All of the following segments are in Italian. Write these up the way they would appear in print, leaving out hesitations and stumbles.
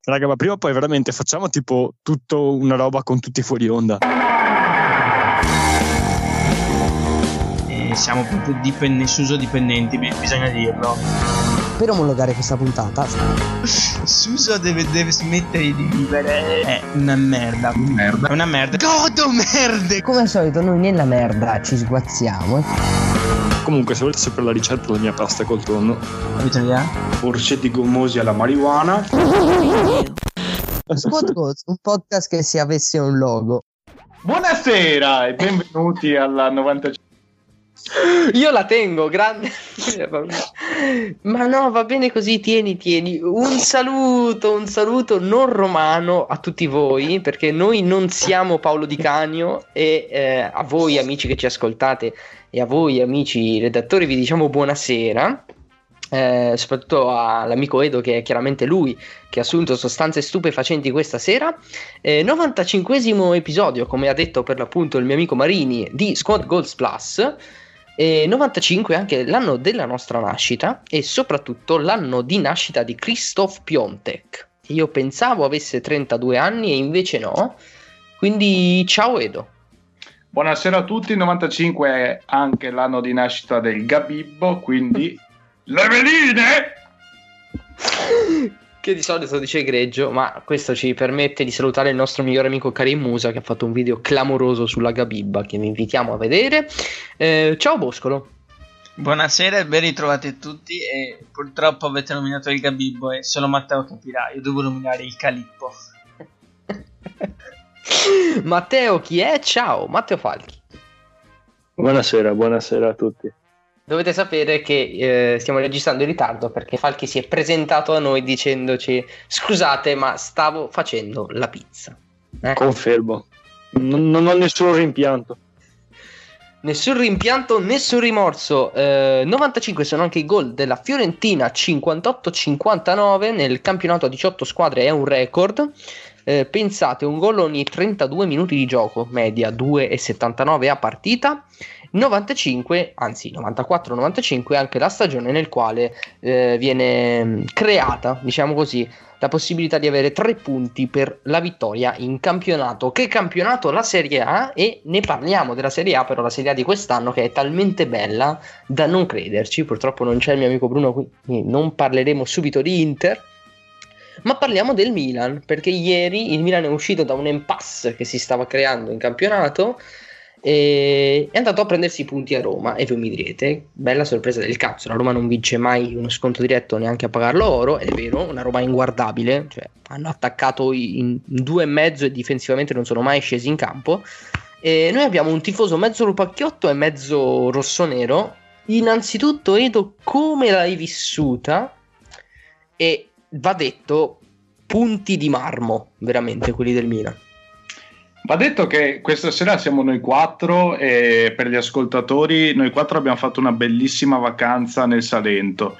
Raga, ma prima o poi veramente facciamo tipo tutto una roba con tutti fuori onda. Siamo proprio Suso dipendenti, bisogna dirlo. Per omologare questa puntata, Suso deve smettere di vivere. È una merda. È una merda. Godo merde! come al solito, noi nella merda ci sguazziamo. Comunque, se volete sapere la ricetta della mia pasta col tonno, Avete un'idea? Orsetti gommosi alla marijuana. Squad Goals, un podcast che se avesse un logo. Buonasera e benvenuti alla 95. Io la tengo, grande. Ma no, va bene così, tieni. Un saluto non romano a tutti voi, perché noi non siamo Paolo Di Canio e a voi amici che ci ascoltate e a voi amici redattori vi diciamo buonasera. Soprattutto all'amico Edo, che è chiaramente lui che ha assunto sostanze stupefacenti questa sera. 95esimo episodio, come ha detto per l'appunto il mio amico Marini, di Squad Goals Plus. 95 è anche l'anno della nostra nascita e soprattutto l'anno di nascita di Krzysztof Piątek. Io pensavo avesse 32 anni e invece no, quindi ciao Edo. Buonasera a tutti, 95 è anche l'anno di nascita del Gabibbo, quindi le veline! Che di solito dice Greggio, ma questo ci permette di salutare il nostro migliore amico Karim Musa, che ha fatto un video clamoroso sulla Gabibba che vi invitiamo a vedere. Ciao Boscolo. Buonasera e ben ritrovati a tutti. E purtroppo avete nominato il Gabibbo e solo Matteo capirà. Io devo nominare il Calippo. Matteo chi è? Ciao, Matteo Falchi. Buonasera a tutti. Dovete sapere che stiamo registrando in ritardo perché Falchi si è presentato a noi dicendoci: scusate, ma stavo facendo la pizza. Confermo, non ho nessun rimpianto. Nessun rimpianto, nessun rimorso. 95 sono anche i gol della Fiorentina, 58-59 nel campionato a 18 squadre, è un record. Pensate, un gol ogni 32 minuti di gioco, media 2,79 a partita. 94-95 è anche la stagione nel quale viene creata, diciamo così, la possibilità di avere 3 punti per la vittoria in campionato. Che campionato? La Serie A, e ne parliamo della Serie A, però la Serie A di quest'anno che è talmente bella da non crederci. Purtroppo non c'è il mio amico Bruno, quindi non parleremo subito di Inter, ma parliamo del Milan, perché ieri il Milan è uscito da un impasse che si stava creando in campionato e è andato a prendersi i punti a Roma. E voi mi direte, bella sorpresa del cazzo, la Roma non vince mai uno sconto diretto neanche a pagarlo oro, ed è vero, una Roma inguardabile, cioè hanno attaccato in 2,5 e difensivamente non sono mai scesi in campo. E noi abbiamo un tifoso mezzo lupacchiotto e mezzo rossonero. Innanzitutto Edo, come l'hai vissuta? E va detto, punti di marmo veramente quelli del Milan. Va detto che questa sera siamo noi 4 e per gli ascoltatori noi 4 abbiamo fatto una bellissima vacanza nel Salento,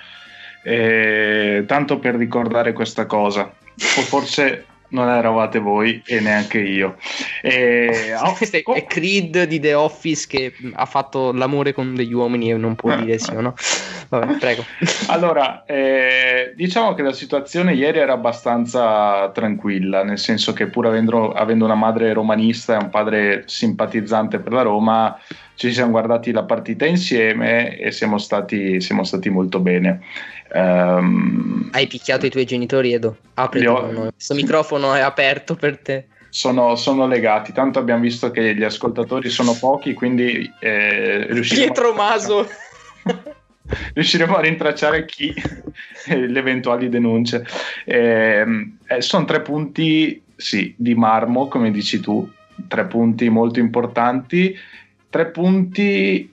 tanto per ricordare questa cosa. Forse non eravate voi e neanche io. Questo è Creed di The Office che ha fatto l'amore con degli uomini e non può dire sì o no. Vabbè, prego. Allora, diciamo che la situazione ieri era abbastanza tranquilla, nel senso che pur avendo una madre romanista e un padre simpatizzante per la Roma, ci siamo guardati la partita insieme e siamo stati molto bene. Hai picchiato i tuoi genitori, Edo? Apri questo microfono è aperto per te. Sono legati, tanto abbiamo visto che gli ascoltatori sono pochi, quindi Pietro Maso riusciremo a rintracciare le eventuali denunce. Sono 3 punti, sì, di marmo, come dici tu, 3 punti molto importanti, 3 punti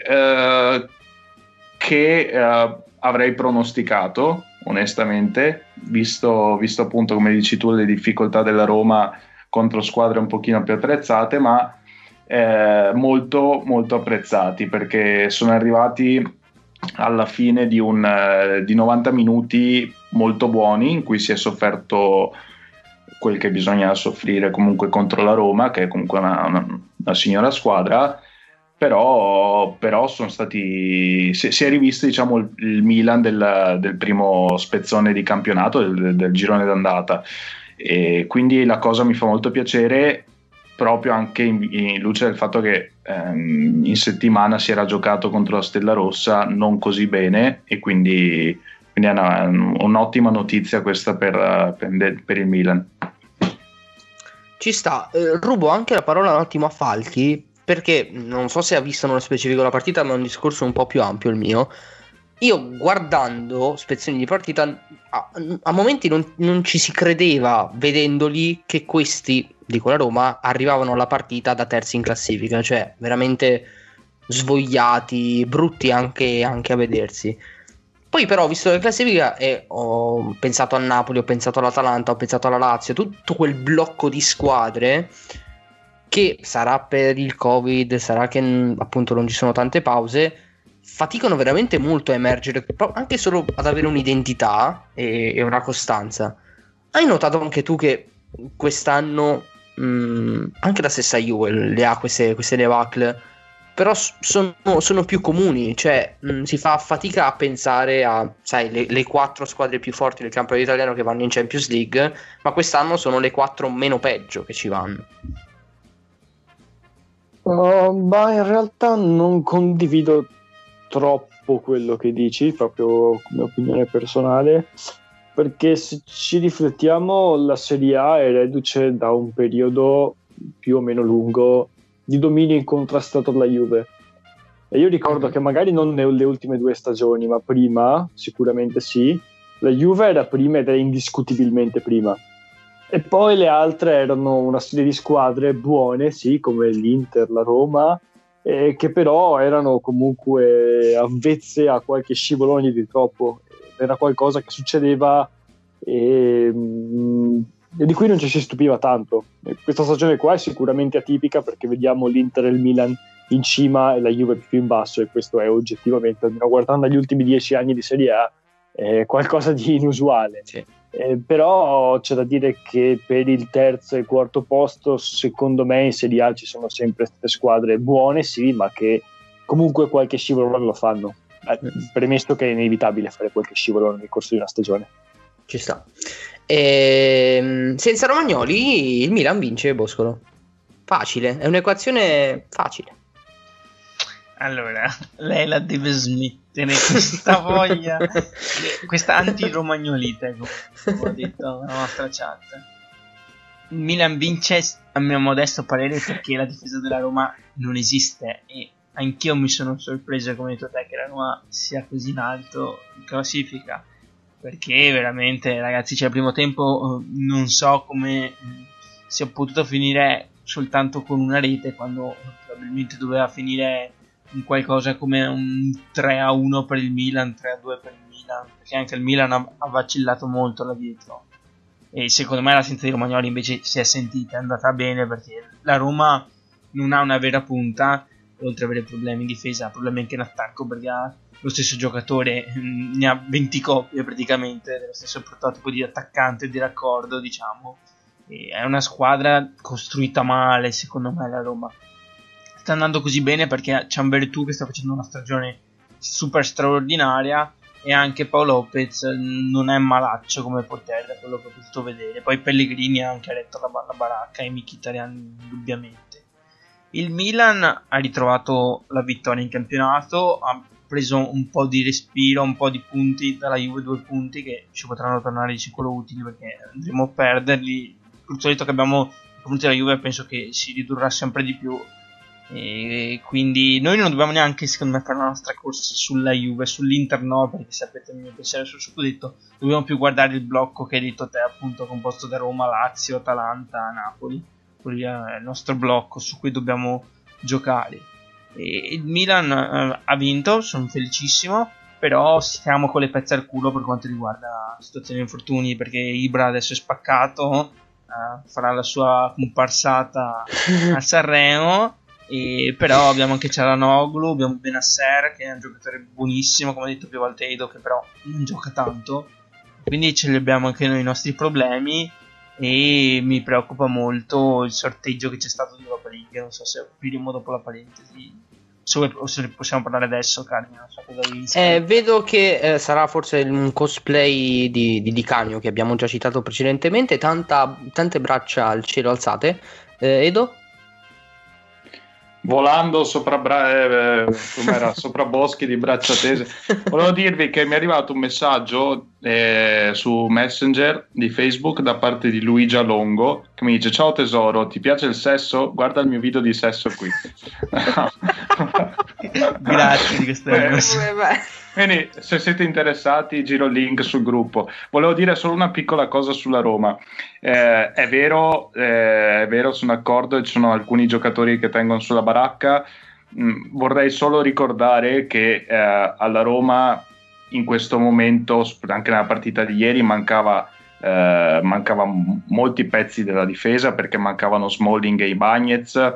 che avrei pronosticato onestamente, visto appunto, come dici tu, le difficoltà della Roma contro squadre un pochino più attrezzate, ma molto molto apprezzati, perché sono arrivati alla fine di 90 minuti molto buoni, in cui si è sofferto quel che bisogna soffrire comunque contro la Roma, che è comunque una signora squadra, però sono stati, si è rivisto, diciamo, il Milan del primo spezzone di campionato, del girone d'andata. e quindi la cosa mi fa molto piacere, proprio anche in luce del fatto che in settimana si era giocato contro la Stella Rossa non così bene, e quindi è un'ottima notizia questa per il Milan. Ci sta. Rubo anche la parola un attimo a Falchi, perché non so se ha visto nello specifico la partita, ma è un discorso un po' più ampio il mio. Io guardando spezzoni di partita a momenti non ci si credeva, vedendoli, che questi, dico la Roma, arrivavano alla partita da terzi in classifica, cioè veramente svogliati, brutti anche a vedersi. Poi però ho visto la classifica e ho pensato a Napoli, ho pensato all'Atalanta, ho pensato alla Lazio, tutto quel blocco di squadre che sarà per il Covid, sarà che appunto non ci sono tante pause, faticano veramente molto a emergere, anche solo ad avere un'identità e una costanza. Hai notato anche tu che quest'anno anche la stessa Juve le ha queste debacle, però sono più comuni, cioè si fa fatica a pensare a, sai, le 4 squadre più forti del campionato italiano che vanno in Champions League, ma quest'anno sono le 4 meno peggio che ci vanno. Ma in realtà non condivido troppo quello che dici, proprio come opinione personale, perché se ci riflettiamo la Serie A è reduce da un periodo più o meno lungo di dominio incontrastato dalla Juve, e io ricordo che magari non le ultime 2 stagioni, ma prima sicuramente sì, la Juve era prima ed è indiscutibilmente prima, e poi le altre erano una serie di squadre buone, sì, come l'Inter, la Roma, che però erano comunque avvezze a qualche scivolone di troppo. Era qualcosa che succedeva e di cui non ci si stupiva tanto. Questa stagione qua è sicuramente atipica, perché vediamo l'Inter e il Milan in cima e la Juve più in basso, e questo è oggettivamente, almeno guardando gli ultimi 10 anni di Serie A, è qualcosa di inusuale. Sì. Però c'è da dire che per il terzo e quarto posto, secondo me, in Serie A ci sono sempre state squadre buone, sì, ma che comunque qualche scivolone lo fanno, premesso che è inevitabile fare qualche scivolone nel corso di una stagione. Ci sta. Senza Romagnoli il Milan vince, Boscolo. Facile, è un'equazione facile. Allora, lei la deve smettere questa voglia, questa anti-romagnolite, come ho detto nella nostra chat. Il Milan vince, a mio modesto parere, perché la difesa della Roma non esiste, e anch'io mi sono sorpreso, come hai detto te, che la Roma sia così in alto in classifica, perché veramente, ragazzi, il primo tempo non so come sia potuto finire soltanto con una rete, quando probabilmente doveva finire un qualcosa come un 3-1 per il Milan, 3-2 per il Milan, perché anche il Milan ha vacillato molto là dietro, e secondo me l'assenza di Romagnoli invece si è sentita, è andata bene, perché la Roma non ha una vera punta, oltre ad avere problemi in difesa, ha problemi anche in attacco, perché ha lo stesso giocatore, ne ha 20 coppie praticamente, dello stesso prototipo di attaccante di raccordo, diciamo, e è una squadra costruita male, secondo me, la Roma. Sta andando così bene perché c'è un Veretù che sta facendo una stagione super straordinaria, e anche Paolo Lopez non è malaccio come portiere, da quello che ho potuto vedere. Poi Pellegrini ha anche letto la baracca, e Mkhitaryan indubbiamente. Il Milan ha ritrovato la vittoria in campionato, ha preso un po' di respiro, un po' di punti dalla Juve, 2 punti che ci potranno tornare di sicuro utili, perché andremo a perderli. Il solito che abbiamo i punti della Juve penso che si ridurrà sempre di più, e quindi noi non dobbiamo neanche, secondo me, fare la nostra corsa sulla Juve, sull'Inter no, perché sapete il mio pensiero sul scudetto. Dobbiamo più guardare il blocco che hai detto te, appunto, composto da Roma, Lazio, Atalanta, Napoli. Quello è il nostro blocco su cui dobbiamo giocare. E il Milan ha vinto, sono felicissimo, però stiamo con le pezze al culo per quanto riguarda la situazione di infortuni, perché Ibra adesso è spaccato, farà la sua comparsata a Sanremo. E però abbiamo anche Çalhanoğlu, abbiamo Benasser, che è un giocatore buonissimo, come ha detto più volte Edo, che però non gioca tanto, quindi ce li abbiamo anche noi i nostri problemi, e mi preoccupa molto il sorteggio che c'è stato di Europa League. Non so se apriremo dopo la parentesi o se possiamo parlare adesso, Canio, non so cosa devi vedo che sarà forse un cosplay di Canio che abbiamo già citato precedentemente, tante braccia al cielo alzate. Edo? Volando sopra boschi di braccia tese. Volevo dirvi che mi è arrivato un messaggio su Messenger di Facebook da parte di Luigia Longo che mi dice: ciao tesoro, ti piace il sesso? Guarda il mio video di sesso qui. Grazie di questa cosa. Quindi se siete interessati giro il link sul gruppo. Volevo dire solo una piccola cosa sulla Roma. È vero, sono d'accordo, ci sono alcuni giocatori che tengono sulla baracca. Vorrei solo ricordare che alla Roma in questo momento, anche nella partita di ieri, mancava molti pezzi della difesa, perché mancavano Smalling e Ibañez.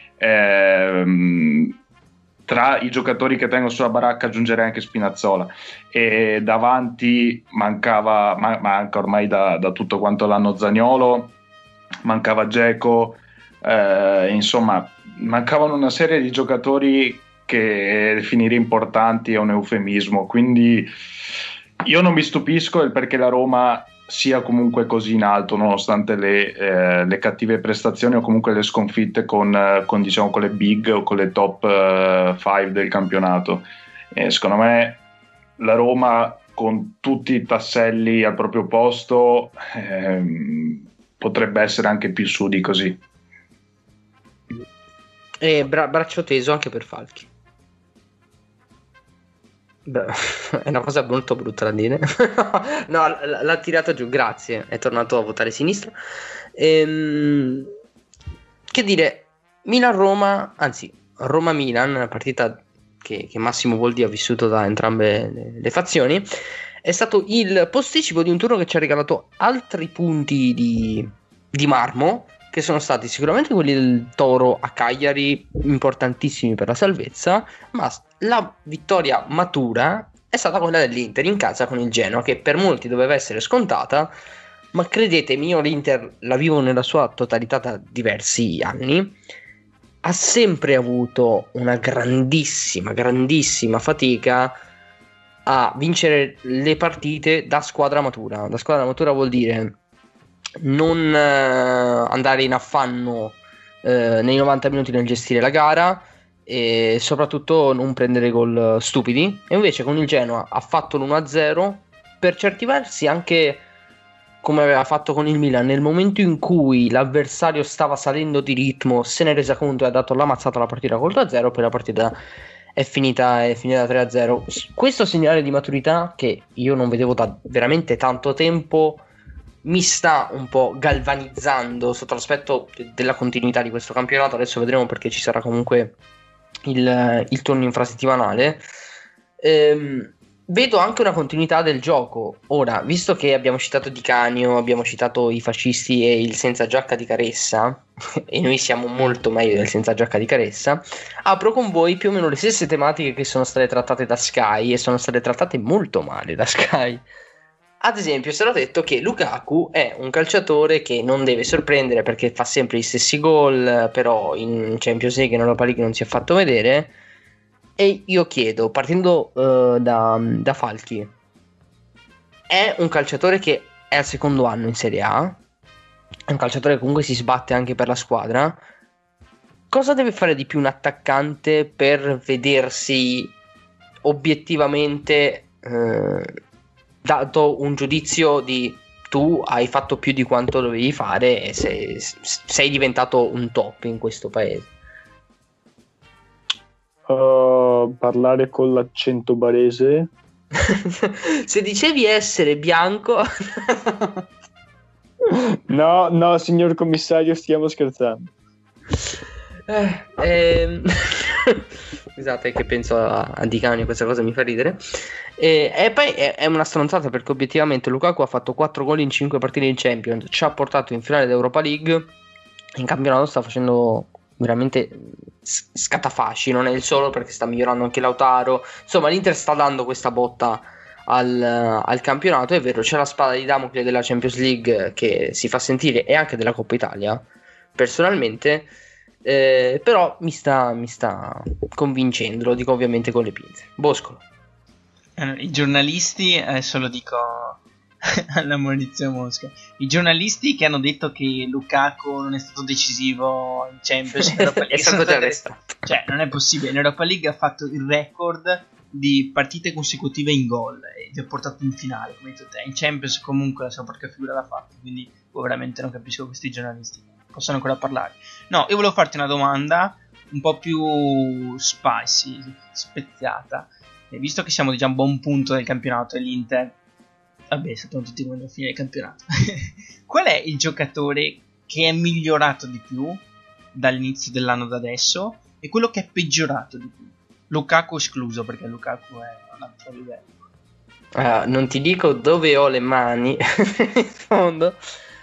Tra i giocatori che tengono sulla baracca aggiungerei anche Spinazzola, e davanti manca ormai da tutto quanto l'anno Zaniolo, mancava Dzeko, insomma mancavano una serie di giocatori che definire importanti è un eufemismo, quindi io non mi stupisco del perché la Roma sia comunque così in alto nonostante le cattive prestazioni o comunque le sconfitte con le big o con le top 5 del campionato. Secondo me la Roma, con tutti i tasselli al proprio posto, potrebbe essere anche più su di così. E braccio teso anche per Falchi. Beh, è una cosa molto brutta da dire. No, l'ha tirato giù, grazie. È tornato a votare sinistra. Che dire, Milan-Roma, anzi Roma-Milan, una partita che Massimo Boldi ha vissuto da entrambe le fazioni. È stato il posticipo di un turno che ci ha regalato altri punti di marmo, che sono stati sicuramente quelli del Toro a Cagliari, importantissimi per la salvezza, ma la vittoria matura è stata quella dell'Inter in casa con il Genoa, che per molti doveva essere scontata, ma credetemi, io l'Inter la vivo nella sua totalità da diversi anni, ha sempre avuto una grandissima fatica a vincere le partite da squadra matura. Da squadra matura vuol dire non andare in affanno nei 90 minuti nel gestire la gara e soprattutto non prendere gol stupidi, e invece con il Genoa ha fatto l'1-0, per certi versi anche come aveva fatto con il Milan. Nel momento in cui l'avversario stava salendo di ritmo se ne è resa conto e ha dato la mazzata alla partita col 2-0, poi la partita è finita 3-0. Questo segnale di maturità, che io non vedevo da veramente tanto tempo, mi sta un po' galvanizzando sotto l'aspetto della continuità di questo campionato. Adesso vedremo, perché ci sarà comunque il turno infrasettimanale. Vedo anche una continuità del gioco. Ora, visto che abbiamo citato Di Canio, abbiamo citato i fascisti e il senza giacca di Caressa e noi siamo molto meglio del senza giacca di Caressa, apro con voi più o meno le stesse tematiche che sono state trattate da Sky, e sono state trattate molto male da Sky. Ad esempio, è stato detto che Lukaku è un calciatore che non deve sorprendere perché fa sempre gli stessi gol, però in Champions League e in Europa League non si è fatto vedere. E io chiedo, partendo da Falchi, è un calciatore che è al secondo anno in Serie A, è un calciatore che comunque si sbatte anche per la squadra. Cosa deve fare di più un attaccante per vedersi obiettivamente dato un giudizio di tu hai fatto più di quanto dovevi fare e sei diventato un top in questo paese? Parlare con l'accento barese. Se dicevi essere bianco. No, signor commissario, stiamo scherzando. Scusate che penso a Di Canio, questa cosa mi fa ridere. E poi è una stronzata, perché obiettivamente Lukaku ha fatto 4 gol in 5 partite in Champions, ci ha portato in finale d'Europa League, in campionato sta facendo veramente scatafasci. Non è il solo, perché sta migliorando anche Lautaro. Insomma, l'Inter sta dando questa botta al campionato. È vero, c'è la spada di Damocle della Champions League che si fa sentire, e anche della Coppa Italia personalmente. Però mi sta convincendo, lo dico ovviamente con le pinze. Boscolo. I giornalisti, adesso lo dico alla Maurizio Mosca, i giornalisti che hanno detto che Lukaku non è stato decisivo in Champions in Europa League è stato già arrestato. Cioè, non è possibile. In Europa League ha fatto il record di partite consecutive in gol e li ha portato in finale, come hai detto te. In Champions comunque la sua porca figura l'ha fatta, quindi veramente non capisco questi giornalisti. Possono ancora parlare. No, io volevo farti una domanda un po' più spicy, speziata. E visto che siamo già a un buon punto del campionato e l'Inter, vabbè, sappiamo tutti come fine il campionato. Qual è il giocatore che è migliorato di più dall'inizio dell'anno ad adesso e quello che è peggiorato di più? Lukaku escluso, perché Lukaku è un altro livello. Non ti dico dove ho le mani in fondo.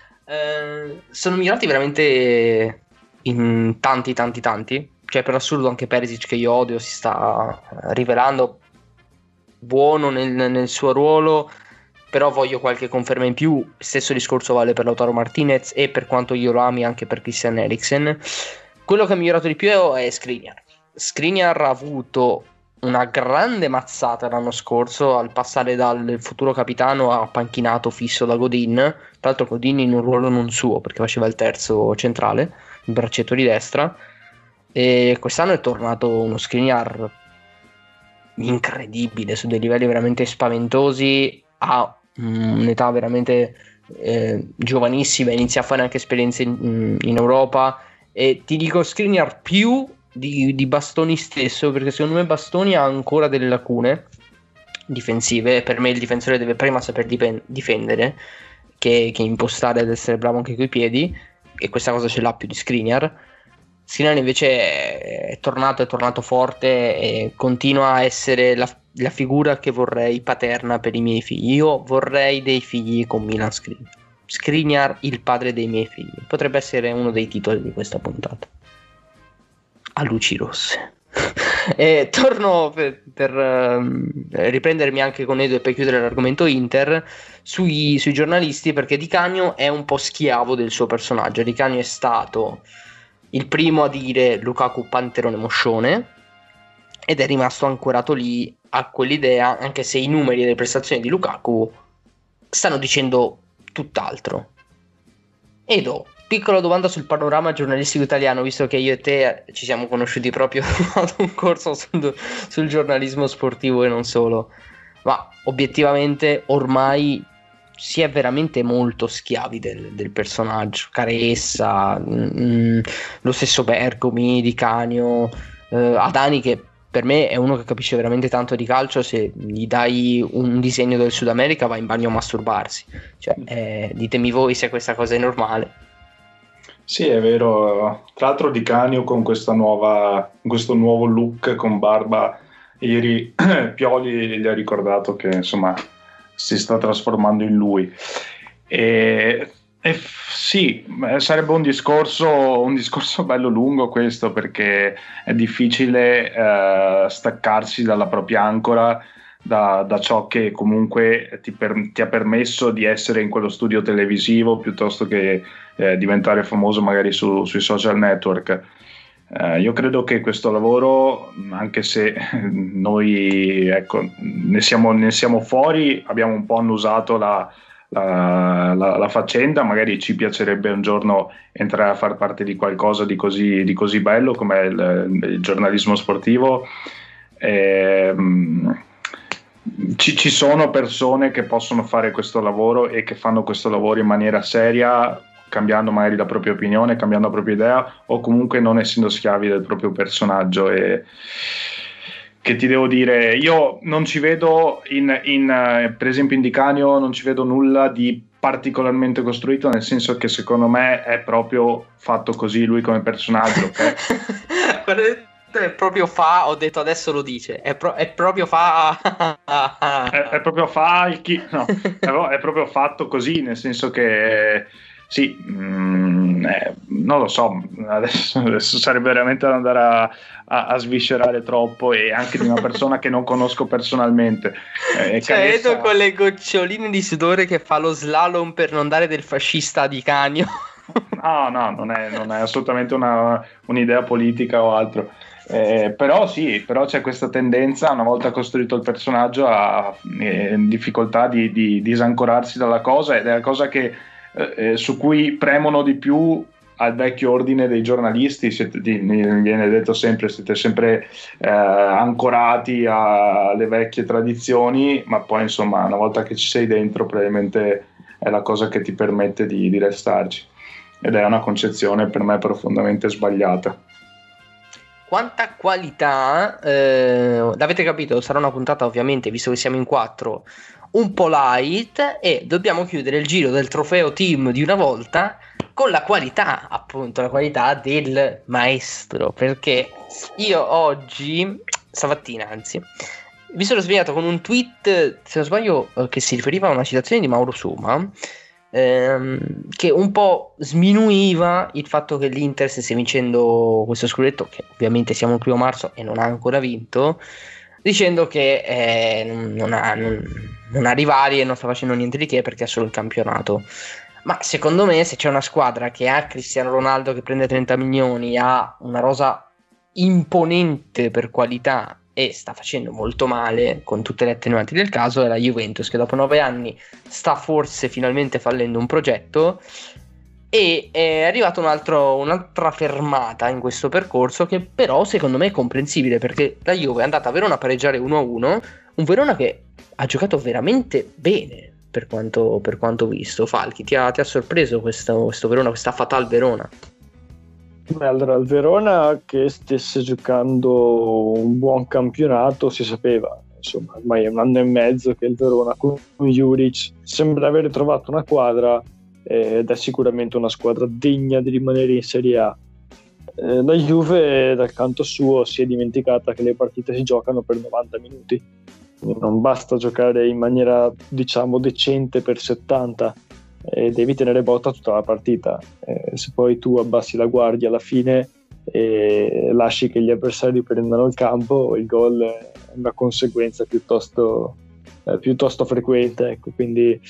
Sono migliorati veramente in tanti. Cioè, per assurdo, anche Perisic, che io odio, si sta rivelando buono nel suo ruolo. Però voglio qualche conferma in più. Stesso discorso vale per Lautaro Martinez e, per quanto io lo ami, anche per Christian Eriksen. Quello che ha migliorato di più è Skriniar. Skriniar ha avuto una grande mazzata l'anno scorso al passare dal futuro capitano a panchinato fisso da Godin. Tra l'altro Godin in un ruolo non suo, perché faceva il terzo centrale, il braccetto di destra. E quest'anno è tornato uno Skriniar incredibile, su dei livelli veramente spaventosi. Ha un'età veramente giovanissima, inizia a fare anche esperienze in Europa. E ti dico Skriniar più di Bastoni stesso, perché secondo me Bastoni ha ancora delle lacune difensive. Per me il difensore deve prima saper difendere che impostare ad essere bravo anche coi piedi, e questa cosa ce l'ha più di Skriniar. Skriniar invece è tornato forte e continua a essere la figura che vorrei paterna per i miei figli. Io vorrei dei figli con Milan Skriniar. Skriniar, il padre dei miei figli. Potrebbe essere uno dei titoli di questa puntata. A luci rosse. E torno per riprendermi anche con Edo e per chiudere l'argomento Inter sui giornalisti, perché Di Canio è un po' schiavo del suo personaggio. Di Canio è stato il primo a dire Lukaku panterone moscione ed è rimasto ancorato lì a quell'idea, anche se i numeri delle prestazioni di Lukaku stanno dicendo tutt'altro. Edo, piccola domanda sul panorama giornalistico italiano, visto che io e te ci siamo conosciuti proprio ad un corso sul giornalismo sportivo e non solo, ma obiettivamente ormai si è veramente molto schiavi del personaggio. Caressa, lo stesso Bergomi, Di Canio, Adani, che per me è uno che capisce veramente tanto di calcio. Se gli dai un disegno del Sud America va in bagno a masturbarsi. Cioè, ditemi voi se questa cosa è normale. Sì, è vero. Tra l'altro Di Canio con questo nuovo look con barba, ieri Pioli gli ha ricordato che insomma si sta trasformando in lui. E sì, sarebbe un discorso bello lungo questo, perché è difficile staccarsi dalla propria ancora, da ciò che comunque ti ha permesso di essere in quello studio televisivo, piuttosto che diventare famoso magari sui social network. Io credo che questo lavoro, anche se noi ne siamo fuori, abbiamo un po' annusato la faccenda, magari ci piacerebbe un giorno entrare a far parte di qualcosa di così bello come il giornalismo sportivo. Ci sono persone che possono fare questo lavoro e che fanno questo lavoro in maniera seria, cambiando magari la propria opinione, cambiando la propria idea, o comunque non essendo schiavi del proprio personaggio. E che ti devo dire, io non ci vedo per esempio in Di Canio non ci vedo nulla di particolarmente costruito, nel senso che secondo me è proprio fatto così lui come personaggio, okay? È proprio fa, ho detto adesso lo dice, è proprio fa è proprio fa è proprio fatto così, nel senso che sì, non lo so, adesso sarebbe veramente da andare a sviscerare troppo, e anche di una persona che non conosco personalmente. Cioè, vedo con le goccioline di sudore che fa lo slalom per non dare del fascista a Di Canio. No, non è assolutamente un'idea politica o altro. Però c'è questa tendenza, una volta costruito il personaggio, a difficoltà di disancorarsi dalla cosa, ed è la cosa che su cui premono di più al vecchio ordine dei giornalisti. Viene detto sempre, siete sempre ancorati alle vecchie tradizioni, ma poi insomma una volta che ci sei dentro probabilmente è la cosa che ti permette di restarci, ed è una concezione per me profondamente sbagliata. Quanta qualità, l'avete capito, sarà una puntata ovviamente, visto che siamo in 4, un po' light, e dobbiamo chiudere il giro del trofeo team di una volta con la qualità, appunto, la qualità del maestro, perché io oggi, stamattina anzi, mi sono svegliato con un tweet, se non sbaglio, che si riferiva a una citazione di Mauro Suma, che un po' sminuiva il fatto che l'Inter stesse vincendo questo scudetto, che ovviamente siamo il 1 marzo e non ha ancora vinto, dicendo che non ha rivali e non sta facendo niente di che perché ha solo il campionato. Ma secondo me, se c'è una squadra che ha Cristiano Ronaldo che prende 30 milioni, ha una rosa imponente per qualità e sta facendo molto male con tutte le attenuanti del caso, è la Juventus, che dopo 9 anni sta forse finalmente fallendo un progetto, e è arrivata un'altra fermata in questo percorso, che però secondo me è comprensibile, perché la Juve è andata a Verona a pareggiare 1-1, un Verona che ha giocato veramente bene per quanto visto. Falchi, ti ha sorpreso questo Verona, questa Fatal Verona? Allora, il Verona che stesse giocando un buon campionato si sapeva, insomma, ormai è 1 anno e mezzo che il Verona con Juric sembra aver trovato una quadra, ed è sicuramente una squadra degna di rimanere in Serie A. La Juve dal canto suo si è dimenticata che le partite si giocano per 90 minuti, non basta giocare in maniera diciamo decente per 70, devi tenere botta tutta la partita. Se poi tu abbassi la guardia alla fine e lasci che gli avversari prendano il campo, il gol è una conseguenza piuttosto frequente, ecco. Quindi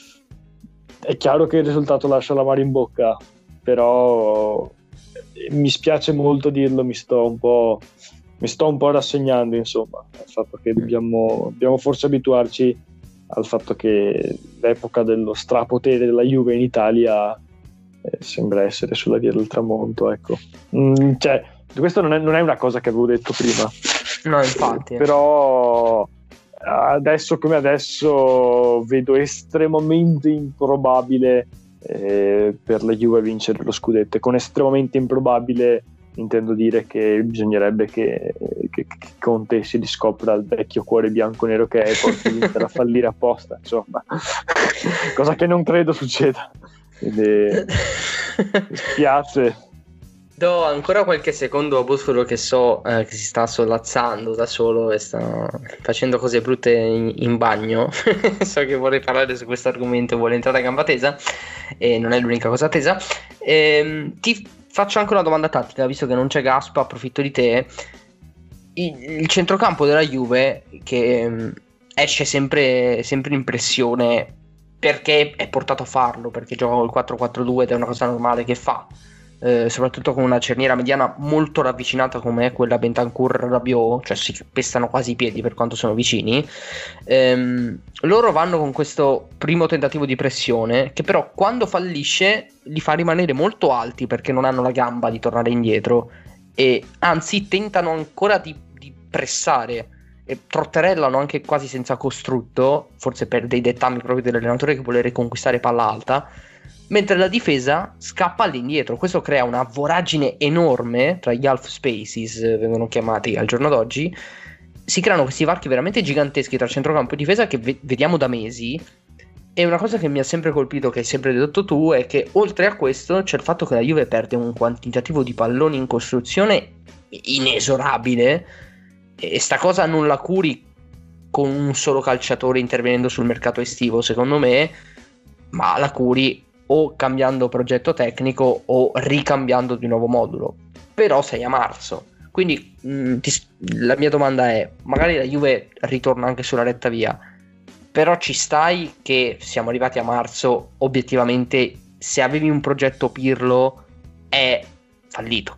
è chiaro che il risultato lascia l'amaro in bocca, però mi spiace molto dirlo, mi sto un po' rassegnando, insomma, al fatto che dobbiamo forse abituarci al fatto che l'epoca dello strapotere della Juve in Italia sembra essere sulla via del tramonto, ecco. Cioè, questo non è una cosa che avevo detto prima, no, infatti, però adesso come adesso vedo estremamente improbabile per la Juve vincere lo scudetto. Con estremamente improbabile intendo dire che bisognerebbe che Conte si riscopra il vecchio cuore bianco-nero che è e porti l'Inter a fallire apposta, insomma, cosa che non credo succeda. Quindi mi spiace. Do ancora qualche secondo a Bosforo, che so che si sta sollazzando da solo e sta facendo cose brutte in bagno. So che vorrei parlare su questo argomento, vuole entrare a gamba tesa e non è l'unica cosa tesa. Ti faccio anche una domanda tattica, visto che non c'è Gaspa, approfitto di te. Il centrocampo della Juve che esce sempre in pressione perché è portato a farlo, perché gioca col 4-4-2 ed è una cosa normale che fa. Soprattutto con una cerniera mediana molto ravvicinata come è quella Bentancur-Rabiot, cioè si pestano quasi i piedi per quanto sono vicini. Loro vanno con questo primo tentativo di pressione che però quando fallisce li fa rimanere molto alti perché non hanno la gamba di tornare indietro, e anzi tentano ancora di pressare e trotterellano anche quasi senza costrutto, forse per dei dettami proprio dell'allenatore che vuole riconquistare palla alta, mentre la difesa scappa all'indietro. Questo crea una voragine enorme tra gli half spaces, vengono chiamati al giorno d'oggi. Si creano questi varchi veramente giganteschi tra centrocampo e difesa che vediamo da mesi. E una cosa che mi ha sempre colpito, che hai sempre detto tu, è che oltre a questo c'è il fatto che la Juve perde un quantitativo di palloni in costruzione inesorabile, e sta cosa non la curi con un solo calciatore intervenendo sul mercato estivo, secondo me, ma la curi o cambiando progetto tecnico o ricambiando di nuovo modulo. Però sei a marzo, quindi la mia domanda è: magari la Juve ritorna anche sulla retta via, però ci stai che siamo arrivati a marzo obiettivamente se avevi un progetto Pirlo è fallito.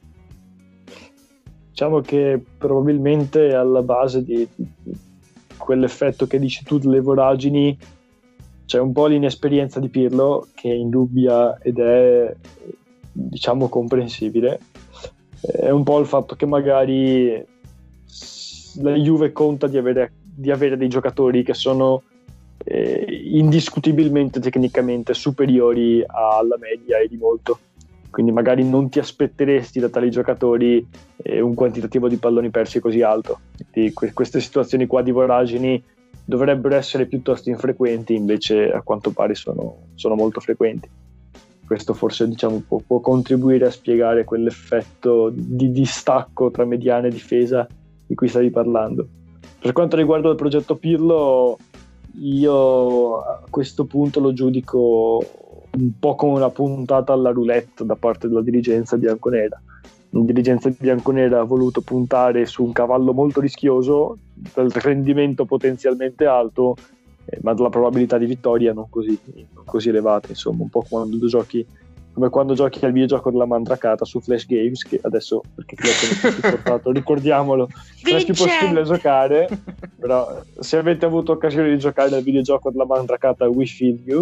Diciamo che probabilmente alla base di quell'effetto che dici tu delle voragini c'è un po' l'inesperienza di Pirlo, che è indubbia ed è, diciamo, comprensibile. È un po' il fatto che magari la Juve conta di avere dei giocatori che sono indiscutibilmente tecnicamente superiori alla media e di molto. Quindi magari non ti aspetteresti da tali giocatori un quantitativo di palloni persi così alto. Quindi queste situazioni qua di voragini dovrebbero essere piuttosto infrequenti, invece a quanto pare sono molto frequenti. Questo forse, diciamo, può contribuire a spiegare quell'effetto di distacco tra mediana e difesa di cui stavi parlando. Per quanto riguarda il progetto Pirlo, io a questo punto lo giudico un po' come una puntata alla roulette da parte della dirigenza bianconera. La dirigenza bianconera ha voluto puntare su un cavallo molto rischioso, dal rendimento potenzialmente alto, ma dalla probabilità di vittoria non così elevata. Insomma, un po' come quando giochi al videogioco della Mandracata su Flash Games, che adesso, perché portato, ricordiamolo, non è più possibile giocare, però se avete avuto occasione di giocare al videogioco della Mandracata, we feel you.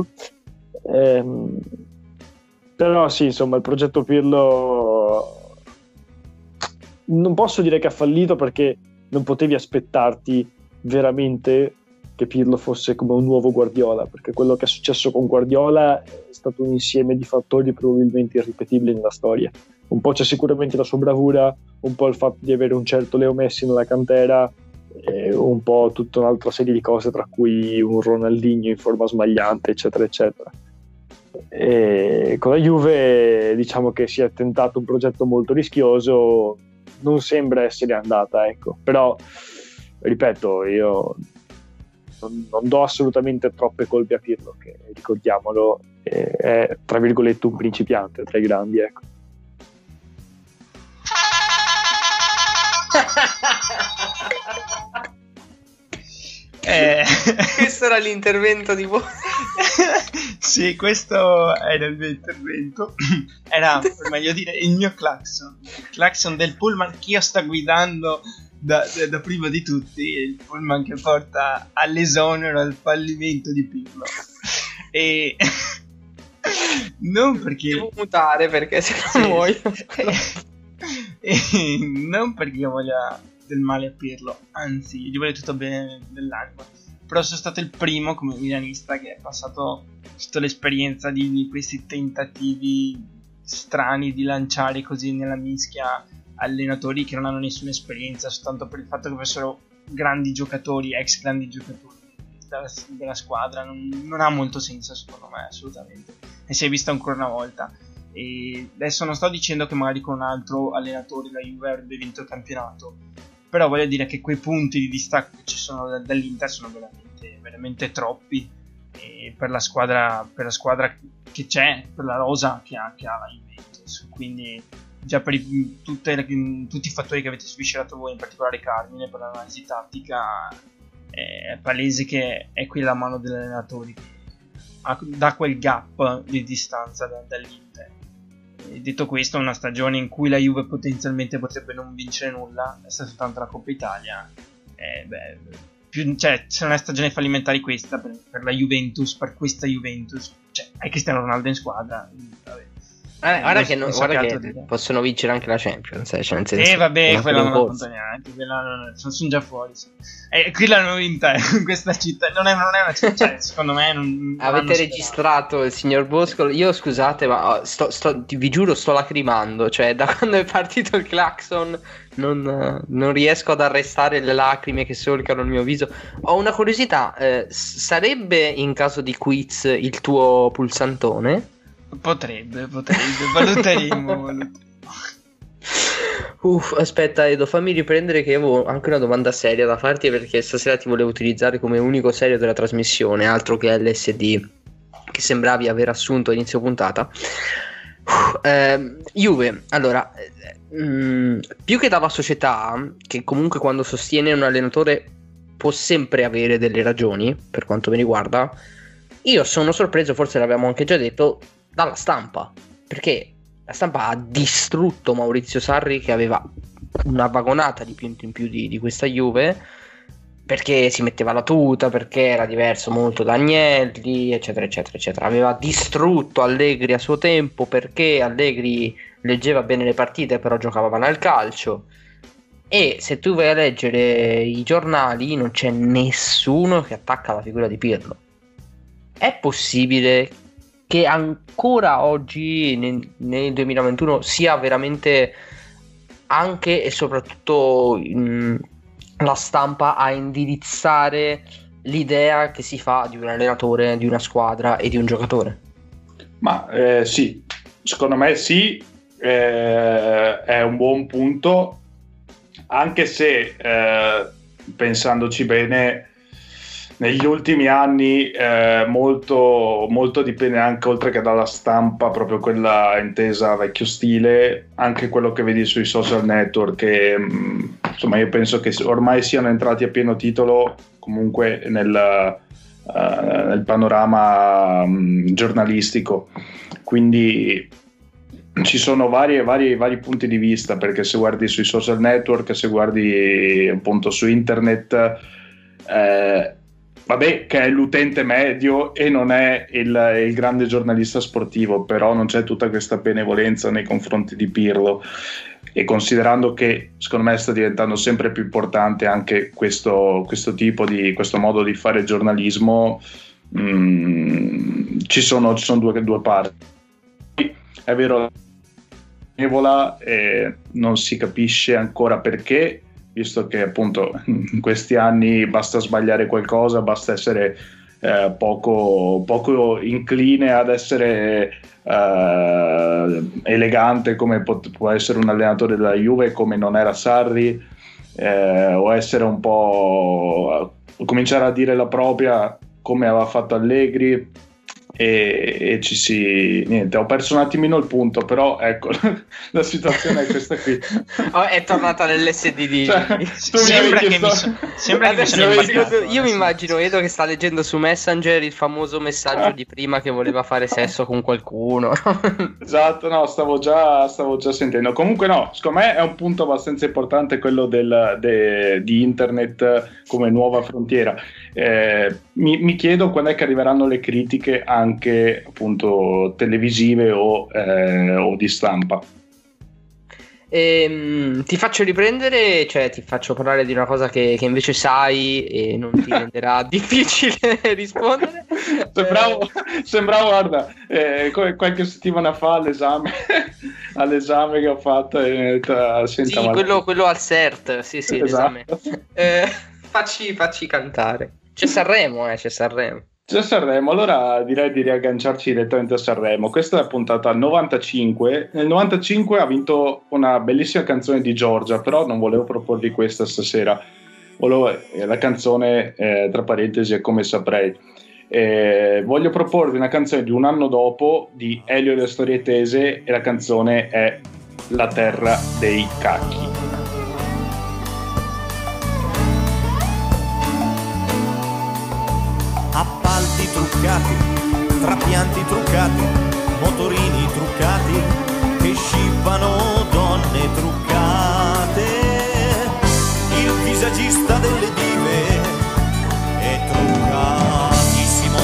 Però sì, insomma, il progetto Pirlo non posso dire che ha fallito, perché non potevi aspettarti veramente che Pirlo fosse come un nuovo Guardiola, perché quello che è successo con Guardiola è stato un insieme di fattori probabilmente irripetibili nella storia. Un po' c'è sicuramente la sua bravura, un po' il fatto di avere un certo Leo Messi nella cantera, e un po' tutta un'altra serie di cose, tra cui un Ronaldinho in forma smagliante, eccetera eccetera. E con la Juve, diciamo che si è tentato un progetto molto rischioso, non sembra essere andata, ecco. Però ripeto, io non do assolutamente troppe colpe a Pirlo, che, ricordiamolo, è tra virgolette un principiante tra i grandi, ecco. Questo era l'intervento di voi. Sì, questo era il mio intervento. Era, per meglio dire, il mio clacson del pullman che io sto guidando da prima di tutti, il pullman che porta all'esonero, al fallimento di Pirlo. E non perché devo mutare, perché se no muoio. Non perché io voglia del male a Pirlo, anzi, gli voglio tutto bene dell'anima. Però sono stato il primo come milanista che è passato tutta l'esperienza di questi tentativi strani di lanciare così nella mischia allenatori che non hanno nessuna esperienza, soltanto per il fatto che fossero grandi giocatori, ex grandi giocatori della squadra. Non ha molto senso, secondo me, assolutamente, e si è visto ancora una volta. E adesso non sto dicendo che magari con un altro allenatore la Juve avrebbe vinto il campionato, però voglio dire che quei punti di distacco che ci sono dall'Inter sono veramente, veramente troppi, e per la squadra che c'è, per la rosa che ha la Juventus. Quindi già per tutti i fattori che avete sviscerato voi, in particolare Carmine, per l'analisi tattica, è palese che è qui la mano degli allenatori che dà quel gap di distanza dall'Inter. E detto questo, una stagione in cui la Juve potenzialmente potrebbe non vincere nulla, è stata soltanto la Coppa Italia, cioè, se non è stagione fallimentare questa per la Juventus, per questa Juventus, cioè, hai Cristiano Ronaldo in squadra, vabbè. Guarda che possono vincere anche la Champions, cioè, nel senso, vabbè, quella non la conto neanche, sono già fuori, sì. Qui l'hanno vinta questa città, non è una città, cioè, secondo me non avete registrato il signor Bosco. Io, scusate, ma vi giuro, sto lacrimando, cioè da quando è partito il clacson non riesco ad arrestare le lacrime che solcano il mio viso. Ho una curiosità, sarebbe in caso di quiz il tuo pulsantone? Potrebbe, valuteremo. Aspetta Edo, fammi riprendere che avevo anche una domanda seria da farti, perché stasera ti volevo utilizzare come unico serio della trasmissione, altro che LSD che sembravi aver assunto a inizio puntata. Juve, allora, più che dalla società, che comunque quando sostiene un allenatore può sempre avere delle ragioni, per quanto mi riguarda, io sono sorpreso, forse l'abbiamo anche già detto, dalla stampa, perché la stampa ha distrutto Maurizio Sarri, che aveva una vagonata di punti in più di questa Juve, perché si metteva la tuta, perché era diverso molto da Agnelli, eccetera eccetera eccetera. Aveva distrutto Allegri a suo tempo, perché Allegri leggeva bene le partite però giocava male al calcio. E se tu vai a leggere i giornali non c'è nessuno che attacca la figura di Pirlo. È possibile che ancora oggi nel 2021 sia veramente anche e soprattutto la stampa a indirizzare l'idea che si fa di un allenatore, di una squadra e di un giocatore? Ma sì, secondo me sì, è un buon punto, anche se pensandoci bene, negli ultimi anni molto, molto dipende anche, oltre che dalla stampa, proprio quella intesa vecchio stile, anche quello che vedi sui social network, che insomma io penso che ormai siano entrati a pieno titolo comunque nel panorama giornalistico, quindi ci sono vari punti di vista, perché se guardi sui social network, se guardi appunto su internet, vabbè, che è l'utente medio e non è il grande giornalista sportivo, però non c'è tutta questa benevolenza nei confronti di Pirlo, e considerando che secondo me sta diventando sempre più importante anche questo modo di fare giornalismo, ci sono due parti. È vero, non si capisce ancora perché, visto che appunto in questi anni basta sbagliare qualcosa, basta essere poco incline ad essere elegante, come può essere un allenatore della Juve, come non era Sarri, o essere un po' cominciare a dire la propria come aveva fatto Allegri. E niente, ho perso un attimino il punto, però ecco, la situazione è questa qui. È tornata nell'SDD. Sembra che mi sono imbaccato. Io mi immagino Edo che sta leggendo su Messenger il famoso messaggio di prima che voleva fare sesso con qualcuno. Esatto, no, stavo già sentendo. Comunque no, secondo me è un punto abbastanza importante quello di internet come nuova frontiera. Mi chiedo quando è che arriveranno le critiche anche appunto televisive o di stampa. Ti faccio riprendere, cioè ti faccio parlare di una cosa che invece sai e non ti renderà difficile rispondere. Sembravo, guarda, qualche settimana fa all'esame che ho fatto, sì, quello al CERT, sì, esatto. L'esame. Facci cantare. C'è Sanremo. C'è Sanremo, allora direi di riagganciarci direttamente a Sanremo. Questa è la puntata 95. Nel 95 ha vinto una bellissima canzone di Giorgia, però non volevo proporvi questa stasera. La canzone, tra parentesi, è Come saprei. Voglio proporvi una canzone di un anno dopo di Elio e le Storie Tese, e la canzone è La terra dei cacchi. Appalti truccati, trapianti truccati, motorini truccati, che scippano donne truccate. Il visagista delle dive è truccatissimo.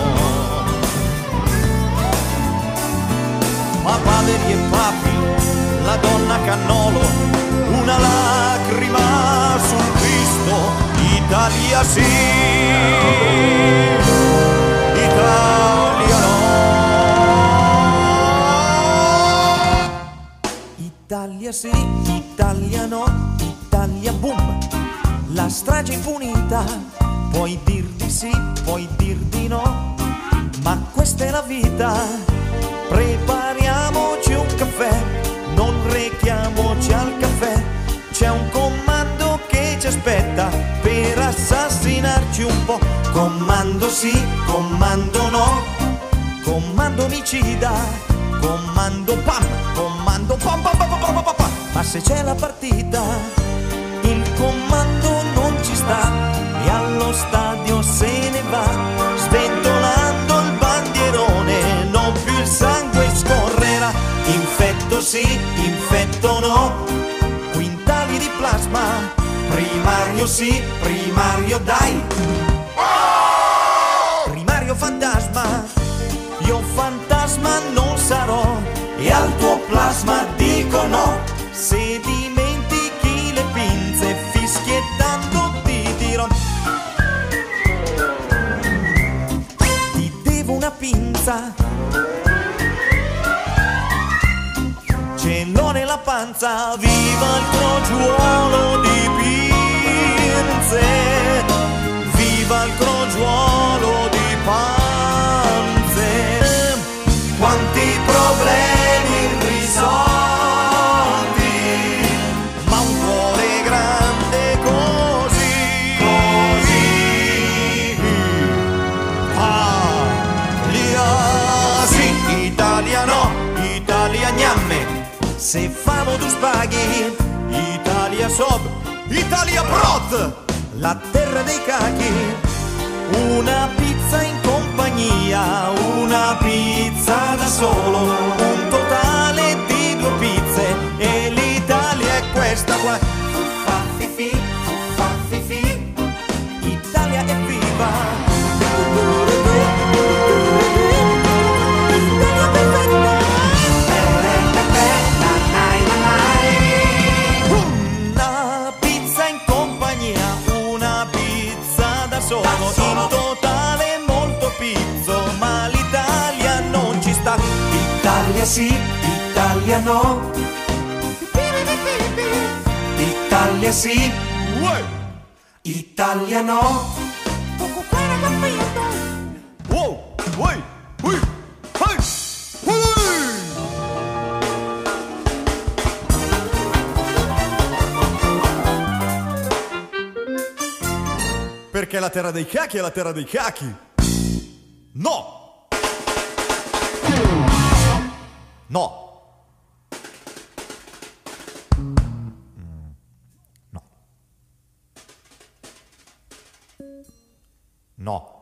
Papaveri e papi, la donna cannolo, una lacrima sul Cristo. Italia sì, Italia no. Italia sì, Italia no, Italia boom. La strage impunita, puoi dir di sì, puoi dir di no, ma questa è la vita. Prepariamoci un caffè, non rechiamoci al caffè. C'è un comando che ci aspetta per assassinarci un po'. Comando sì, comando no, comando omicida, comando pam, comando pam pam pam pam pam pam pam. Ma se c'è la partita, il comando non ci sta e allo stadio se ne va, sventolando il bandierone, non più il sangue si infettano, quintali di plasma, primario sì, primario dai, primario fantasma, io fantasma non sarò, e al tuo plasma dico no, se dimentichi le pinze fischiettando ti dirò, ti devo una pinza, ce l'ho nella panza, viva il crogiuolo di pinze, viva il crogiuolo di panze, quanti problemi risolti, ma un cuore grande così, sì, Italia no, Italia gnamme, se famo tu spaghi, Italia sob, Italia prot, la terra dei cachi, una pizza in compagnia, una pizza da solo, un totale di 2 pizze, e l'Italia è questa qua, fuffa fifi, Italia è viva. Una pizza in compagnia, una pizza da solo, in totale molto pizzo, ma l'Italia non ci sta. Italia sì, Italia no, Italia sì, Italia no. Wow, hey, hey, hey, hey. Perché la terra dei cachi è la terra dei cachi. No! No! No. No.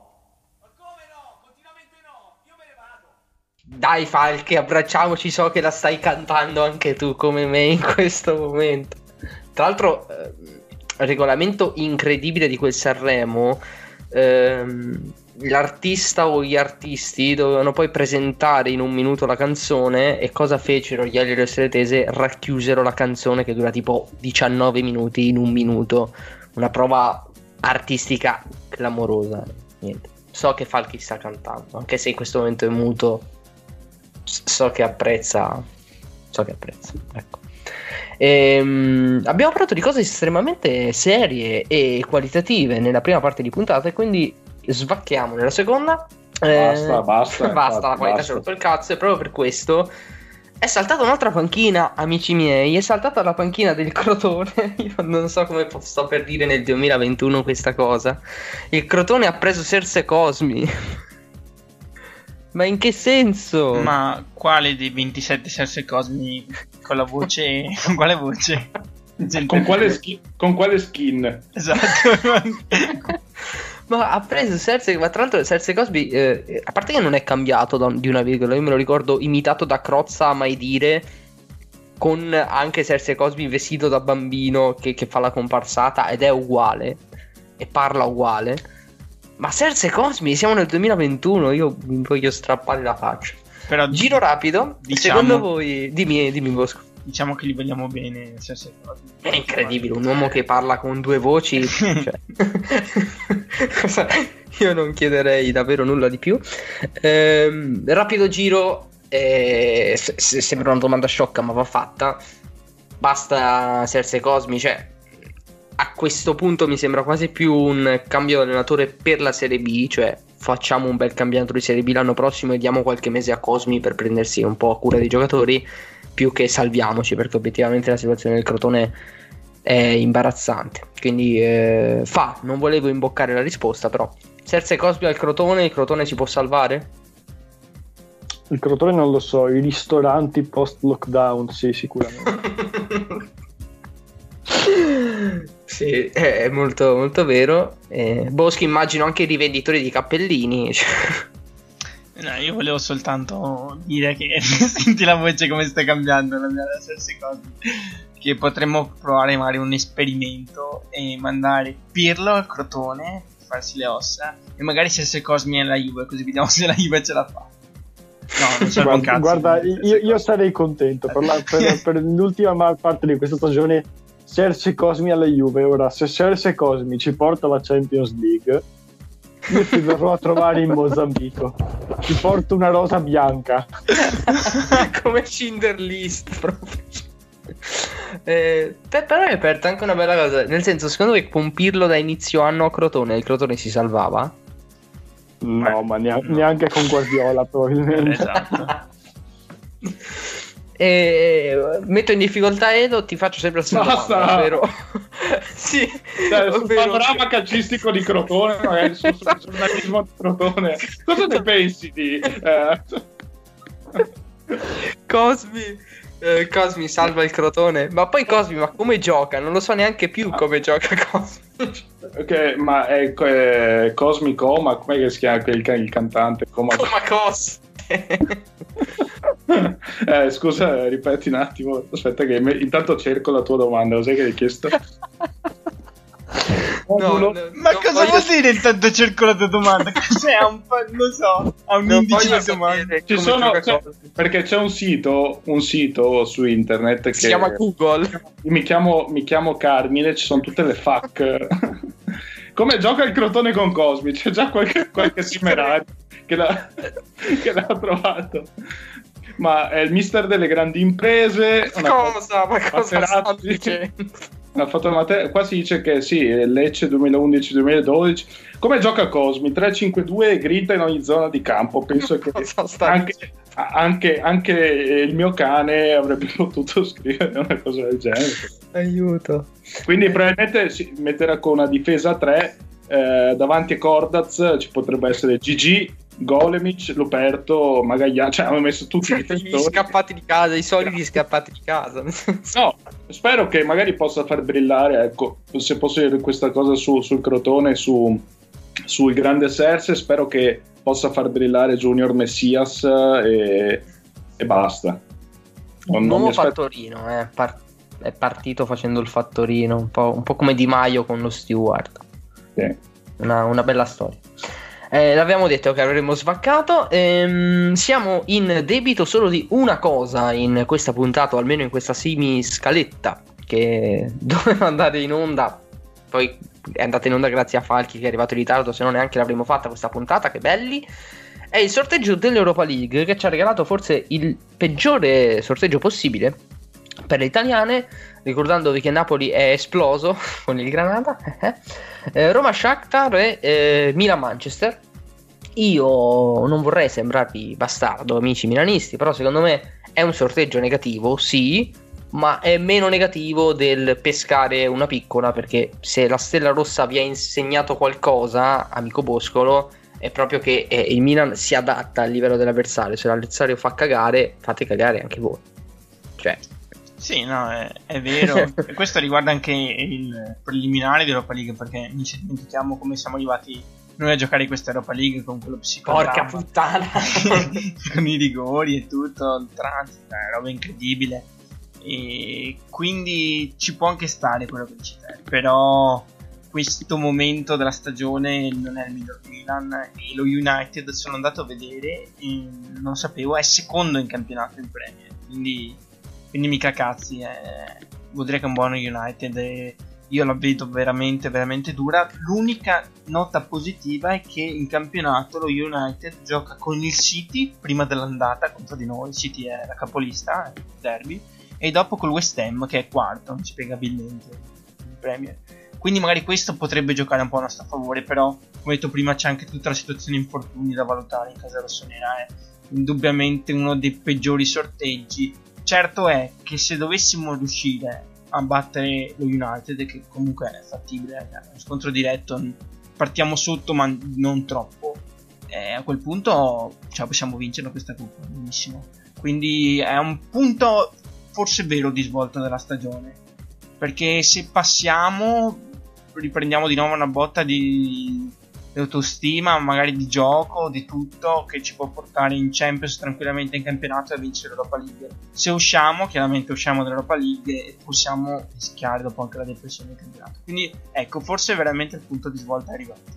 Dai Falche, abbracciamoci, so che la stai cantando anche tu come me in questo momento. Tra l'altro, regolamento incredibile di quel Sanremo, l'artista o gli artisti dovevano poi presentare in un minuto la canzone, e cosa fecero gli Elio e le Stelle Tese? Racchiusero la canzone che dura tipo 19 minuti in un minuto, una prova artistica clamorosa. Niente. So che Falchi sta cantando, anche se in questo momento è muto. So che apprezza, ecco. Abbiamo parlato di cose estremamente serie e qualitative nella prima parte di puntata, e quindi svacchiamo nella seconda. Basta, la qualità c'è rotto il cazzo, e proprio per questo è saltata un'altra panchina, amici miei. È saltata la panchina del Crotone. Io non so come sto per dire nel 2021 questa cosa. Il Crotone ha preso Serse Cosmi. Ma in che senso? Ma quale dei 27 Serse Cosmi con la voce? Con quale voce? Con quale skin? Esatto. Ma ha preso Serse, ma tra l'altro Serse Cosmi, a parte che non è cambiato di una virgola, io me lo ricordo imitato da Crozza a mai dire, con anche Serse Cosmi vestito da bambino che fa la comparsata, ed è uguale e parla uguale. Ma Serse Cosmi, siamo nel 2021, io mi voglio strappare la faccia. Però giro rapido, secondo voi, dimmi Bosco. Diciamo che li vogliamo bene, Serse Cosmi. È incredibile, un uomo che parla con 2 voci, cioè, io non chiederei davvero nulla di più. Rapido giro, sembra una domanda sciocca ma va fatta. Basta Serse Cosmi, cioè a questo punto mi sembra quasi più un cambio di allenatore per la Serie B, cioè facciamo un bel campionato di Serie B l'anno prossimo e diamo qualche mese a Cosmi per prendersi un po' a cura dei giocatori, più che salviamoci, perché obiettivamente la situazione del Crotone è imbarazzante. Quindi non volevo imboccare la risposta, però Serse Cosmi al Crotone, il Crotone si può salvare? Il Crotone non lo so, i ristoranti post lockdown sì, sicuramente. Sì, è molto, molto vero. Boschi, immagino anche i rivenditori di cappellini. No, io volevo soltanto dire che senti la voce come sta cambiando la mia stessa cosa. Che potremmo provare magari un esperimento e mandare Pirlo al Crotone, farsi le ossa, e magari se Cosmi è la Juve, così vediamo se la Juve ce la fa. No, non serve un cazzo. Guarda, io sarei contento per l'ultima parte di questa stagione. Serse Cosmi alla Juve. Ora, se Serse Cosmi ci porta alla Champions League, io ti verrò a trovare in Mozambico. Ti porto una rosa bianca. Come Schindler List proprio. Però è aperta anche una bella cosa. Nel senso, secondo me con Pirlo da inizio anno a Crotone, il Crotone si salvava? No, ma neanche con Guardiola probabilmente. Esatto. Metto in difficoltà Edo, ti faccio sempre la stessa domanda, ovvero sì, sul panorama calcistico di Crotone, magari sul giornalismo di Crotone, cosa ne pensi di Cosmi salva il Crotone? Ma poi Cosmi, ma come gioca? Non lo so neanche più come gioca Cosmi. Ok, ma è Cosmi Coma, com'è che si chiama il cantante? Coma Cos. Scusa, ripeti un attimo. Aspetta che intanto cerco la tua domanda. Cos'è che hai chiesto? Ma cosa vuol dire intanto cerco la tua domanda? Cos'è? Non so, ha un indice di domande. Perché c'è un sito su internet che si chiama Google. Mi chiamo Carmine, ci sono tutte le FAQ. Come gioca il Crotone con Cosmi? C'è già qualche simerario che l'ha trovato. Ma è il mister delle grandi imprese. Cosa sta dicendo? Qua si dice che sì, Lecce 2011-2012. Come gioca Cosmi? 3-5-2 e grinta in ogni zona di campo. Penso che anche il mio cane avrebbe potuto scrivere una cosa del genere. Aiuto. Quindi probabilmente si metterà con una difesa a 3 davanti a Cordaz. Ci potrebbe essere Gigi, Golemic, Luperto, Magagliano. Cioè hanno messo tutti gli scappati di casa, i soliti scappati di casa. No, spero che magari possa far brillare, ecco, se posso dire questa cosa sul Crotone, sul grande Serse, spero che possa far brillare Junior Messias e basta. Un nuovo fattorino, è partito facendo il fattorino, un po' come Di Maio con lo Steward. Sì. Una bella storia. L'abbiamo detto che avremmo svaccato. Siamo in debito solo di una cosa in questa puntata, o almeno in questa scaletta che doveva andare in onda. Poi è andata in onda grazie a Falchi che è arrivato in ritardo, se no neanche l'avremmo fatta questa puntata. Che belli! È il sorteggio dell'Europa League, che ci ha regalato forse il peggiore sorteggio possibile per le italiane, ricordandovi che Napoli è esploso con il Granada. Roma Shakhtar e Milan Manchester. Io non vorrei sembrarvi bastardo, amici milanisti, però secondo me è un sorteggio negativo, sì, ma è meno negativo del pescare una piccola, perché se la Stella Rossa vi ha insegnato qualcosa, amico Boscolo, è proprio che il Milan si adatta al livello dell'avversario. Se l'avversario fa cagare, fate cagare anche voi. Cioè, sì, no, è vero. E questo riguarda anche il preliminare di Europa League, perché non ci dimentichiamo come siamo arrivati noi a giocare questa Europa League con quello psicodramma. Porca puttana! Con i rigori e tutto, il transito, è una roba incredibile. E quindi ci può anche stare quello che dici te, però questo momento della stagione non è il miglior Milan, e lo United, sono andato a vedere e non sapevo, è secondo in campionato in Premier, quindi mica cazzi, vuol dire che è un buono United e io la vedo veramente veramente dura. L'unica nota positiva è che in campionato lo United gioca con il City prima dell'andata contro di noi. Il City è la capolista, è il derby, e dopo col West Ham che è quarto inspiegabilmente in Premier, quindi magari questo potrebbe giocare un po' a nostro favore. Però come detto prima c'è anche tutta la situazione infortuni da valutare in casa rossonera. È indubbiamente uno dei peggiori sorteggi. Certo è che se dovessimo riuscire a battere lo United, che comunque è fattibile, è uno scontro diretto, partiamo sotto ma non troppo, a quel punto ce la possiamo vincere questa coppa, benissimo. Quindi è un punto forse vero di svolta della stagione, perché se passiamo riprendiamo di nuovo una botta del autostima, magari di gioco, di tutto, che ci può portare in Champions tranquillamente in campionato e a vincere l'Europa League. Se usciamo, chiaramente usciamo dall'Europa League e possiamo rischiare dopo anche la depressione del campionato. Quindi ecco, forse veramente il punto di svolta è arrivato.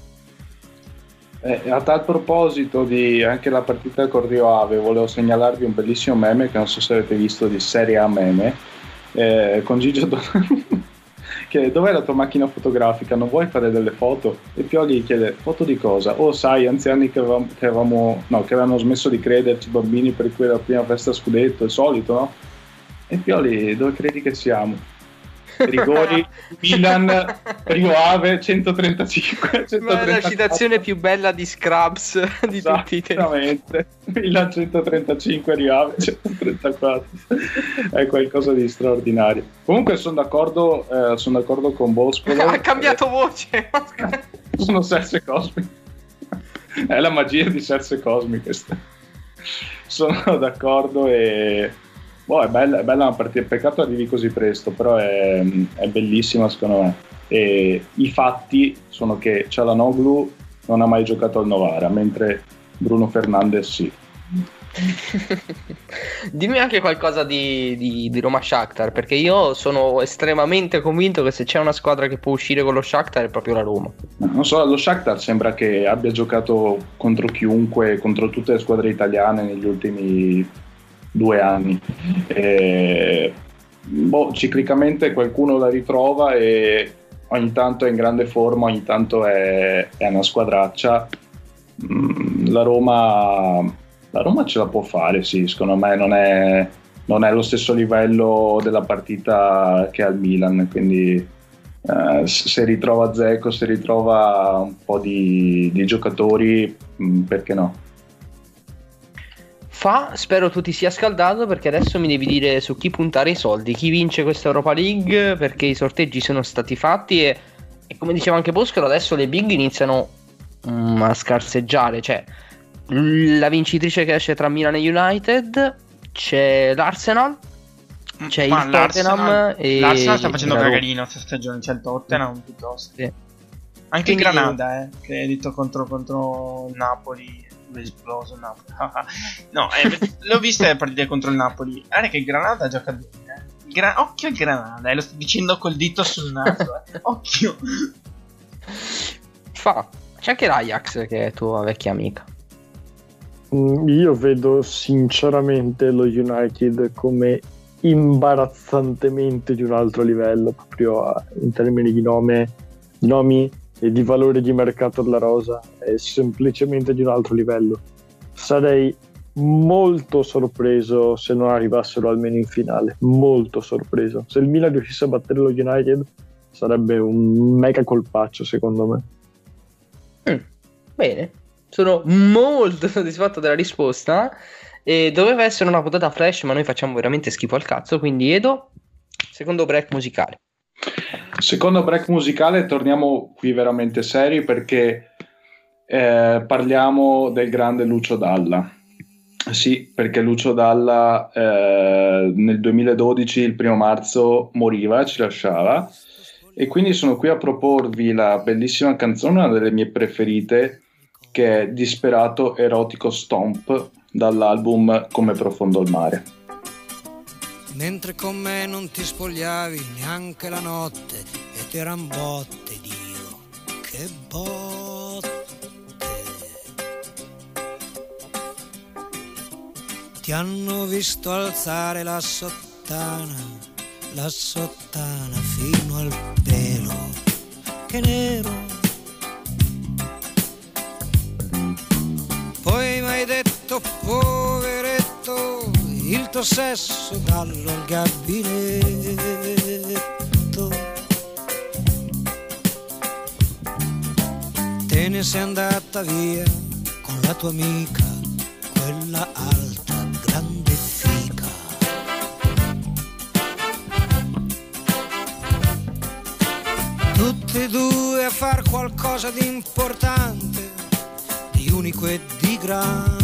A tal proposito di anche la partita con Rio Ave, volevo segnalarvi un bellissimo meme che non so se avete visto, di Serie A meme, con Gigio che dov'è la tua macchina fotografica, non vuoi fare delle foto? E Pioli gli chiede: foto di cosa? Oh, sai, anziani che avevano smesso di crederci, bambini per cui la prima festa scudetto, il solito, no? E Pioli, dove credi che siamo? Rigori, Milan, Rio Ave, 135. Ma è la citazione più bella di Scrubs di tutti i tempi. Esattamente, Milan 135, Rio Ave 134. È qualcosa di straordinario. Comunque sono d'accordo con Boscolo. Ha cambiato voce. Sono Serse Cosmi. È la magia di Serse Cosmi questa. Sono d'accordo e... è bella una partita, peccato arrivi così presto, però è bellissima secondo me. E i fatti sono che Çalhanoğlu non ha mai giocato al Novara, mentre Bruno Fernandes sì. Dimmi anche qualcosa di Roma Shakhtar, perché io sono estremamente convinto che se c'è una squadra che può uscire con lo Shakhtar è proprio la Roma. Non so, lo Shakhtar sembra che abbia giocato contro chiunque, contro tutte le squadre italiane negli ultimi 2 anni. Ciclicamente qualcuno la ritrova e ogni tanto è in grande forma, ogni tanto è una squadraccia. La Roma ce la può fare, sì, secondo me non è lo stesso livello della partita che al Milan, quindi se ritrova Dzeko, se ritrova un po' di giocatori, perché no? Spero tu ti sia scaldato, perché adesso mi devi dire su chi puntare i soldi, chi vince questa Europa League, perché i sorteggi sono stati fatti e come diceva anche Bosco, adesso le big iniziano a scarseggiare, cioè la vincitrice che esce tra Milan e United, c'è l'Arsenal, c'è il Tottenham e l'Arsenal sta facendo cagarino questa stagione, c'è il Tottenham piuttosto, sì. Anche il Granada che è detto contro il Napoli, è esploso il Napoli. No, l'ho vista le partite contro il Napoli, guarda che il Granada gioca bene, occhio al Granada, lo sto dicendo col dito sul naso, occhio. C'è anche l'Ajax che è tua vecchia amica. Io vedo sinceramente lo United come imbarazzantemente di un altro livello, proprio in termini di nomi e di valore di mercato della rosa, è semplicemente di un altro livello. Sarei molto sorpreso se non arrivassero almeno in finale, molto sorpreso. Se il Milan riuscisse a battere lo United sarebbe un mega colpaccio secondo me. Bene, sono molto soddisfatto della risposta e doveva essere una puntata flash, ma noi facciamo veramente schifo al cazzo, quindi Edo, secondo break musicale. Secondo break musicale, torniamo qui veramente seri perché parliamo del grande Lucio Dalla. Sì, perché Lucio Dalla nel 2012, il 1 marzo, moriva, ci lasciava, e quindi sono qui a proporvi la bellissima canzone, una delle mie preferite, che è Disperato Erotico Stomp, dall'album Come profondo il mare. Mentre con me non ti spogliavi neanche la notte e t'eran botte, Dio, che botte. Ti hanno visto alzare la sottana fino al pelo, che nero. Poi m'hai detto, poveretto, il tuo sesso dallo al gabinetto. Te ne sei andata via con la tua amica, quella alta, grande fica. Tutti e due a far qualcosa di importante, di unico e di grande.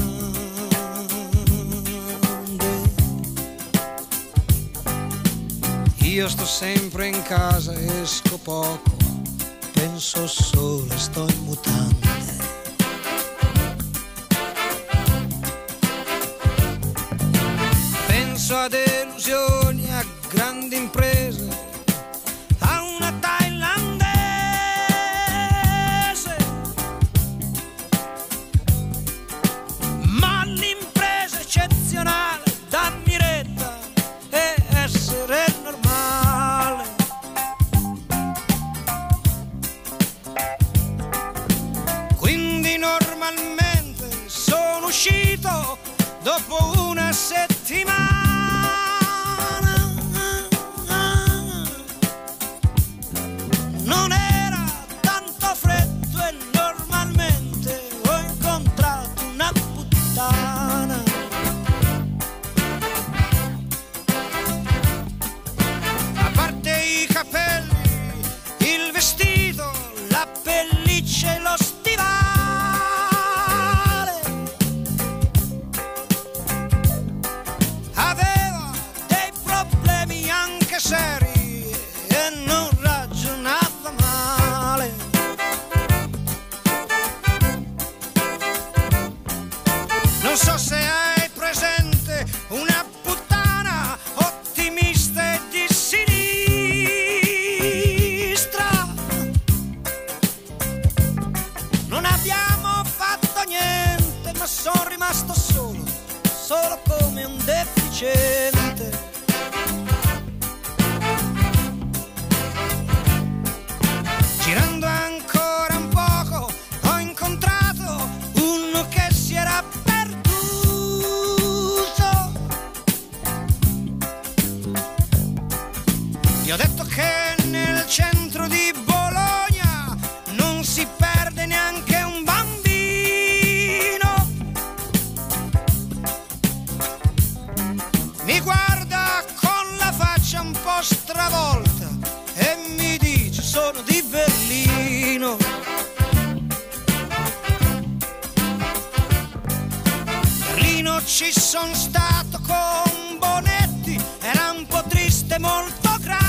Io sto sempre in casa, esco poco penso solo, sto in mutande. Penso a delusioni, a grandi imprese, a una thailandese, ma l'impresa eccezionale, dammi retta e essere normale. Quindi normalmente sono uscito dopo una settimana. Non era tanto freddo e normalmente ho incontrato una puttana. A parte i capelli, il vestito, la pelliccia e lo stivale, aveva dei problemi anche seri e non ragionava male. Non so se hai presente una puttana ottimista e di sinistra. Non abbiamo fatto niente, ma sono rimasto solo come un deficiente. Girando ancora un poco ho incontrato uno che si era perduto. Gli ho detto che nel centro di Bologna non si perde neanche un bambino. Mi guarda con la faccia un po' stravolta e mi dice: sono di Berlino. Berlino ci son stato con Bonetti, era un po' triste, molto grande.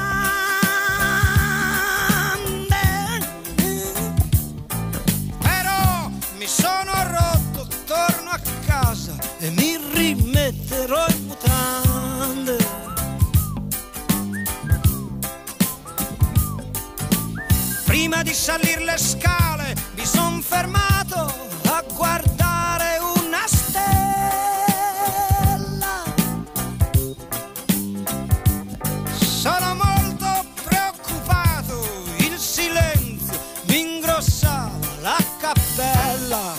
Però mi sono rotto, torno a casa e mi rimetterò in mutande. Prima di salire le scale mi son fermato a guardare una stella. Sono molto preoccupato, il silenzio mi ingrossava la cappella.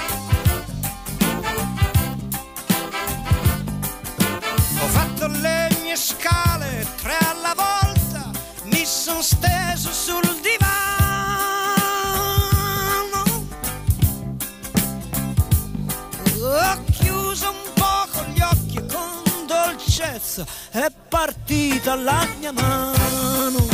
Ho fatto le mie scale 3 alla volta, mi son steso sul divano. Ho chiuso un poco gli occhi e con dolcezza è partita la mia mano.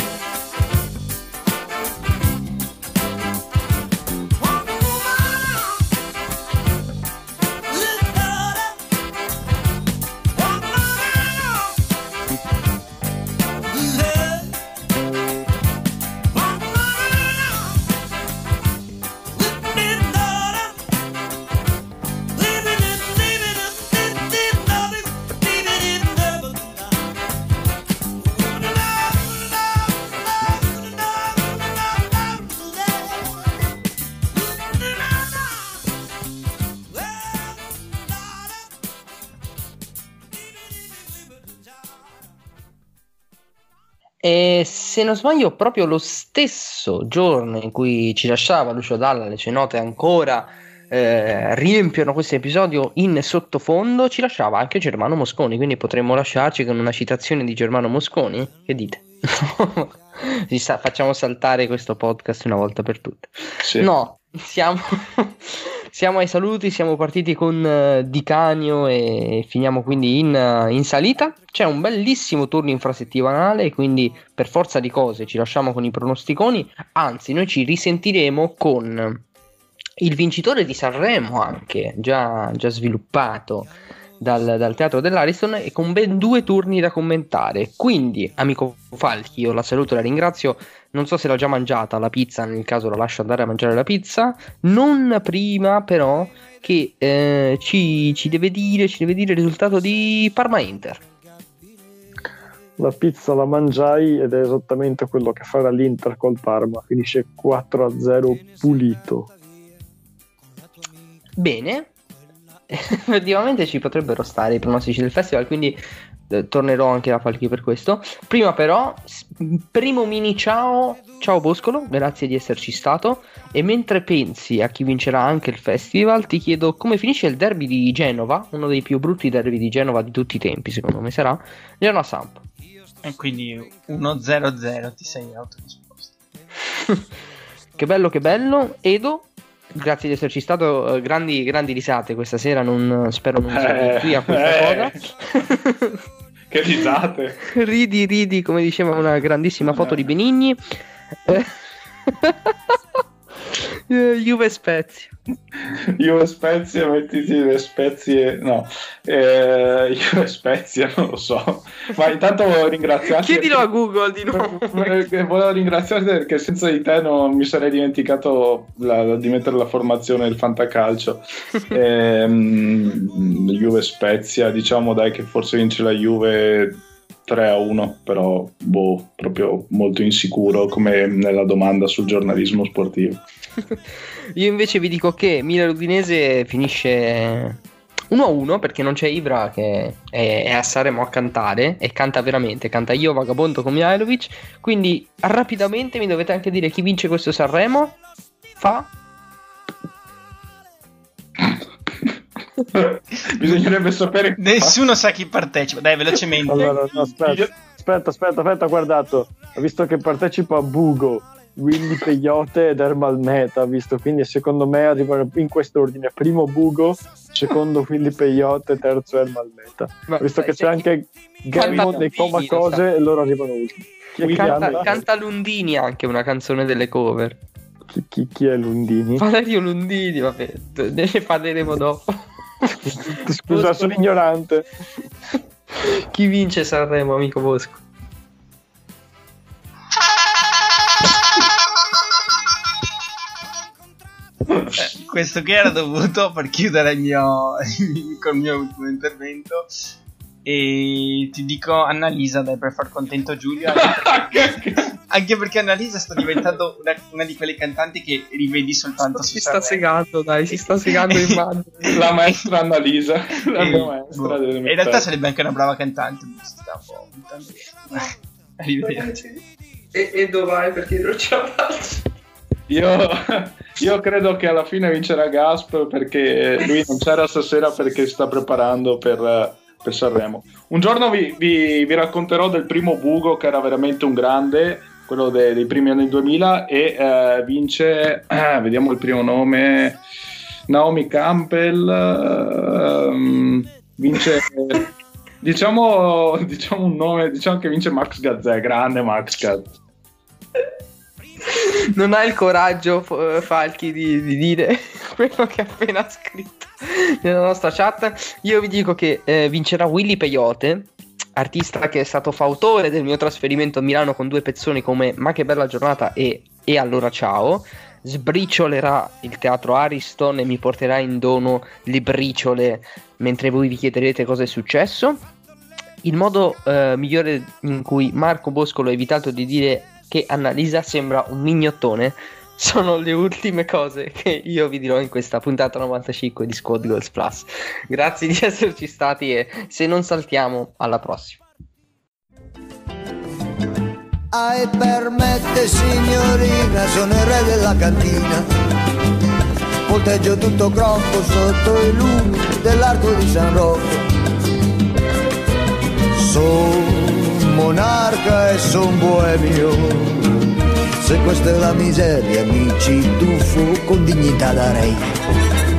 E se non sbaglio, proprio lo stesso giorno in cui ci lasciava Lucio Dalla, le sue note ancora riempiono questo episodio in sottofondo, ci lasciava anche Germano Mosconi, quindi potremmo lasciarci con una citazione di Germano Mosconi? Che dite? Facciamo saltare questo podcast una volta per tutte. Sì. No, siamo ai saluti, siamo partiti con Di Canio e finiamo quindi in salita. C'è un bellissimo turno infrasettimanale, quindi per forza di cose ci lasciamo con i pronosticoni, anzi noi ci risentiremo con il vincitore di Sanremo, anche già sviluppato, dal teatro dell'Ariston e con ben 2 turni da commentare. Quindi, amico Falchi, io la saluto e la ringrazio. Non so se l'ha già mangiata la pizza, nel caso la lascio andare a mangiare la pizza. Non prima però che ci deve dire il risultato di Parma-Inter. La pizza la mangiai ed è esattamente quello che farà l'Inter col Parma. Finisce 4-0 pulito. Bene. Effettivamente ci potrebbero stare i pronostici del festival, quindi tornerò anche a Falchi per questo. Prima però, primo mini ciao Boscolo, grazie di esserci stato. E mentre pensi a chi vincerà anche il festival, ti chiedo come finisce il derby di Genova, uno dei più brutti derby di Genova di tutti i tempi, secondo me sarà Genoa-Samp. E quindi 1-0-0 ti sei autorisposto. Che bello. Edo, grazie di esserci stato. Grandi risate questa sera. Spero non sia qui a questa cosa. Che risate. Ridi, come diceva una grandissima foto di Benigni. Juve Spezia, mettiti le spezie. No, Juve Spezia, non lo so. Ma intanto volevo ringraziarti. Chiedilo a Google di nuovo. Volevo ringraziarti perché senza di te non mi sarei dimenticato di mettere la formazione del fantacalcio. Juve Spezia, diciamo dai che forse vince la Juve 3-1, però proprio molto insicuro come nella domanda sul giornalismo sportivo. Io invece vi dico che Milan-Udinese finisce 1-1 perché non c'è Ibra che è a Sanremo a cantare e canta veramente, canta Io Vagabondo con Mihajlovic, quindi rapidamente mi dovete anche dire chi vince questo Sanremo. Bisognerebbe sapere. Nessuno sa chi partecipa, dai, velocemente. Allora, no, aspetta, guardato. Ho visto che partecipa Bugo, Willy Peyote ed Ermal Meta, visto, quindi secondo me arrivano in quest'ordine: primo Bugo, secondo Willy Peyote, terzo Ermal Meta. Visto che c'è anche Gammo dei Coma Cose e loro arrivano ultimi. Canta Lundini anche una canzone delle cover. Chi è Lundini? Valerio Lundini, vabbè, ne parleremo dopo. Scusa, sono ignorante. Chi vince Sanremo, amico Bosco? Questo qui era dovuto per chiudere con il mio ultimo intervento. E ti dico Annalisa, dai, per far contento Giulio, anche perché Annalisa sta diventando una di quelle cantanti che rivedi soltanto su Sanremo. Si sta segando in mano. La maestra Annalisa, la mia maestra delle in realtà sarebbe anche una brava cantante, si sta un po' buttando via. Arrivederci. E dove vai? Perché non ce la faccio. Io credo che alla fine vincerà Gasp, perché lui non c'era stasera perché si sta preparando per Sanremo. Un giorno vi racconterò del primo Bugo, che era veramente un grande, quello dei primi anni 2000, e vince, vediamo il primo nome, Naomi Campbell, vince diciamo un nome, diciamo che vince Max Gazzè, grande Max Gazzè. Non ha il coraggio, Falchi, di dire quello che ha appena scritto nella nostra chat. Io vi dico che vincerà Willy Peyote, artista che è stato fautore del mio trasferimento a Milano con 2 pezzoni come Ma che bella giornata e Allora ciao. Sbriciolerà il teatro Ariston e mi porterà in dono le briciole mentre voi vi chiederete cosa è successo. Il modo migliore in cui Marco Boscolo ha evitato di dire che Annalisa sembra un mignottone sono le ultime cose che io vi dirò in questa puntata 95 di Squad Goals Plus. Grazie di esserci stati e se non saltiamo, alla prossima. Permette signorina, sono il re della cantina, volteggio tutto groppo sotto i lumi dell'arco di San Rocco. Son monarca e son boemio, se questa è la miseria mi ci tuffo con dignità da re.